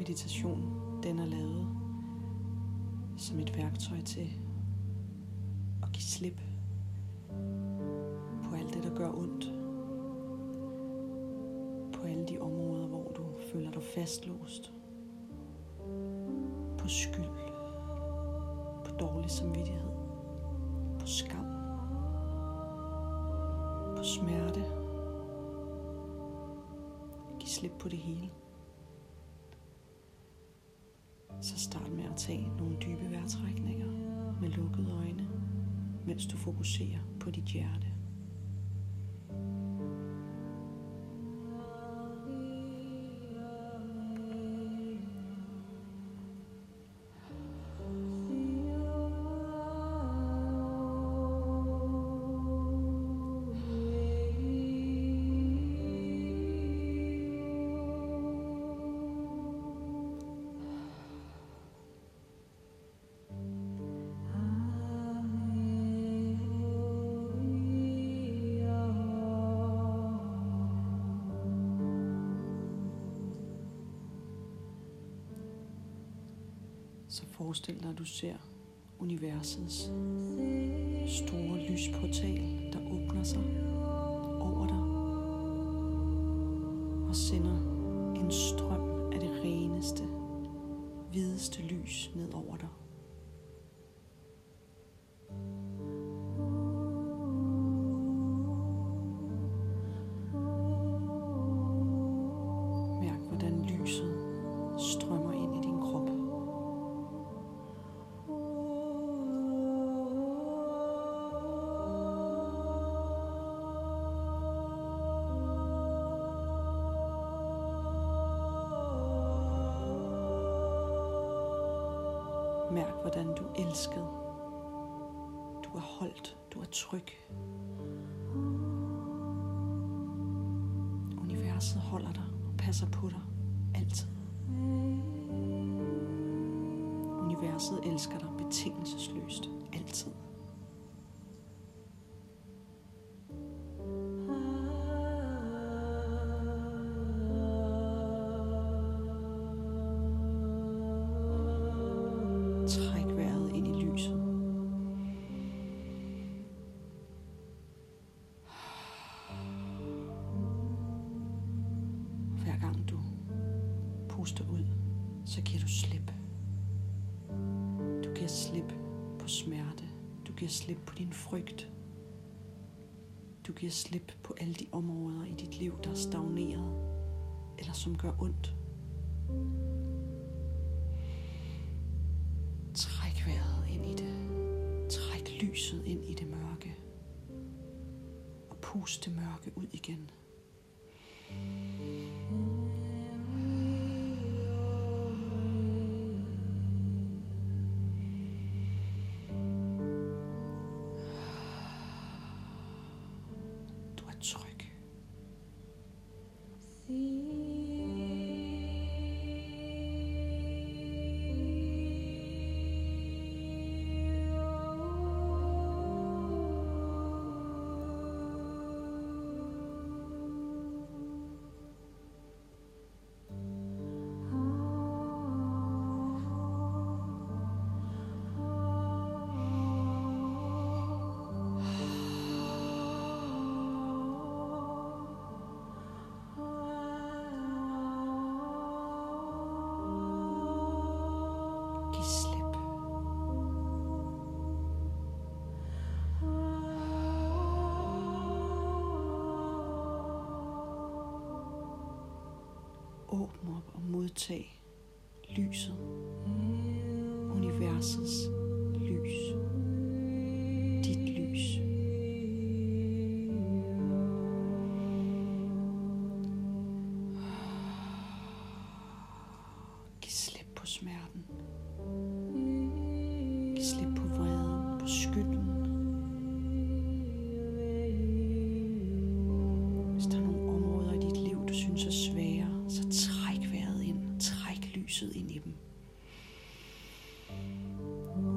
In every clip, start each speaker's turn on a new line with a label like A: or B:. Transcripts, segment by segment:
A: meditation, den er lavet som et værktøj til at give slip på alt det, der gør ondt. På alle de områder, hvor du føler dig fastlåst. På skyld. På dårlig samvittighed. På skam. På smerte. Giv slip på det hele. Så start med at tage nogle dybe vejrtrækninger med lukkede øjne, mens du fokuserer på dit hjerte. Så forestil dig, at du ser universets store lysportal, der åbner sig over dig og sender en strøm af det reneste, hvideste lys ned over dig. Mærk, hvordan lyset strømmer ind i din krop. Mærk, hvordan du er elsket. Du er holdt. Du er tryg. Universet holder dig og passer på dig. Altid. Universet elsker dig betingelsesløst. Altid. Træk vejret ind i lyset. Hver gang du puster ud, så giver du slip. Du giver slip på smerte. Du giver slip på din frygt. Du giver slip på alle de områder i dit liv, der er stagneret, eller som gør ondt. Træk vejret ind i det. Træk lyset ind i det mørke. Og pust det mørke ud igen. Du er tryg. Åbn op og modtag lyset, universets lys, dit lys. Giv slip på smerten. Giv slip på vreden, på skylden. Hvis der er nogle områder i dit liv, du synes er svære, så træk vejret ind. Træk lyset ind i dem.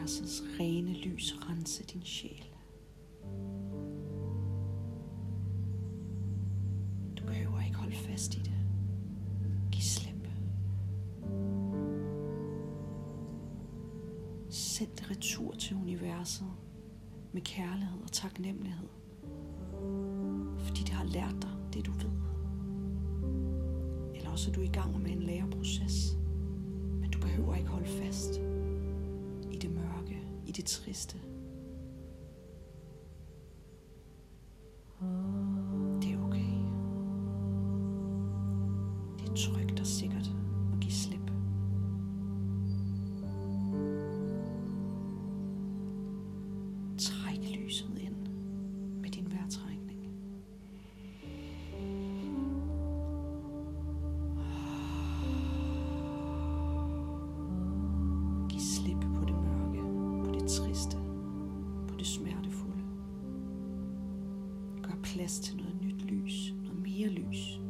A: universets rene lys rense din sjæl. Du behøver ikke holde fast i det. Giv slip. Send det retur til universet med kærlighed og taknemmelighed. Fordi det har lært dig det, du ved. Eller også er du i gang med en læreproces. Men du behøver ikke holde fast i det mørke, i det triste. Det er okay. Det er trygt og sikkert at give slip. Træk lyset ind med din vejrtrækning. Giv slip på det mørke, på det triste, på det smertefulde. Gør plads til noget nyt lys, noget mere lys.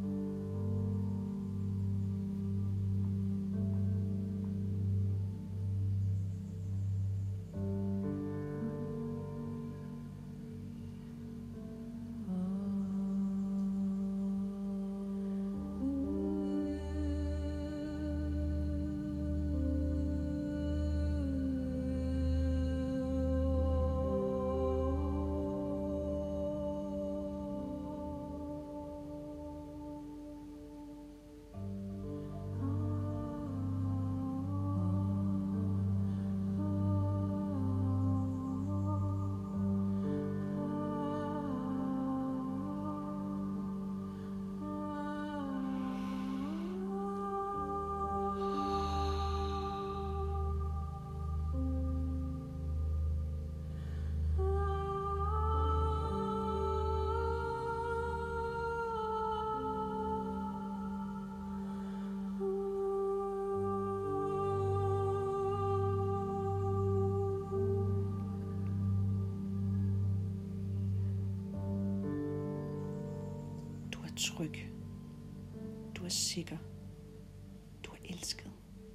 A: Tryg. Du er sikker. Du er elsket.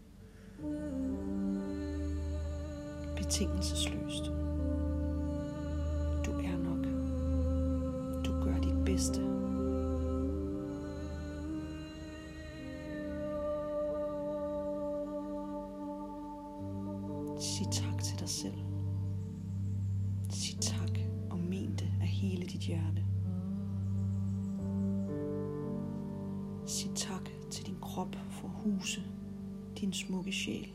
A: Betingelsesløst. Du er nok. Du gør dit bedste. Sig tak til dig selv. Sig tak og men det af hele dit hjerte. Sig tak til din krop for at huse din smukke sjæl.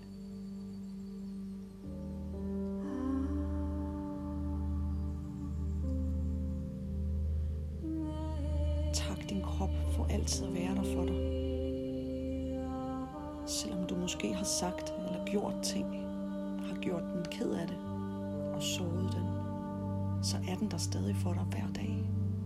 A: Tak din krop for altid at være der for dig. Selvom du måske har sagt eller gjort ting, har gjort den ked af det og såret den, så er den der stadig for dig hver dag.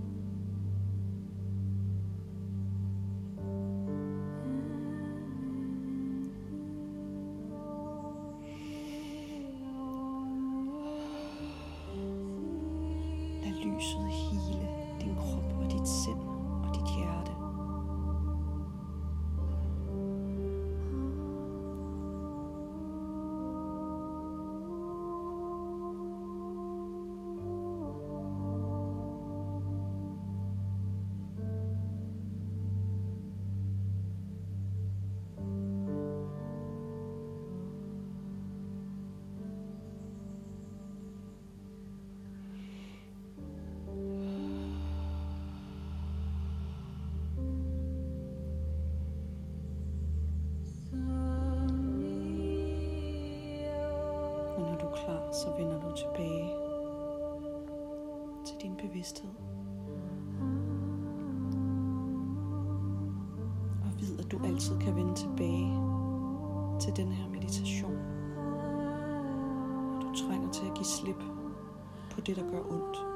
A: Lyset hele din krop og dit sind og dit hjerte. Klar, så vender du tilbage til din bevidsthed. Og vid, at du altid kan vende tilbage til den her meditation. Du trænger til at give slip på det, der gør ondt.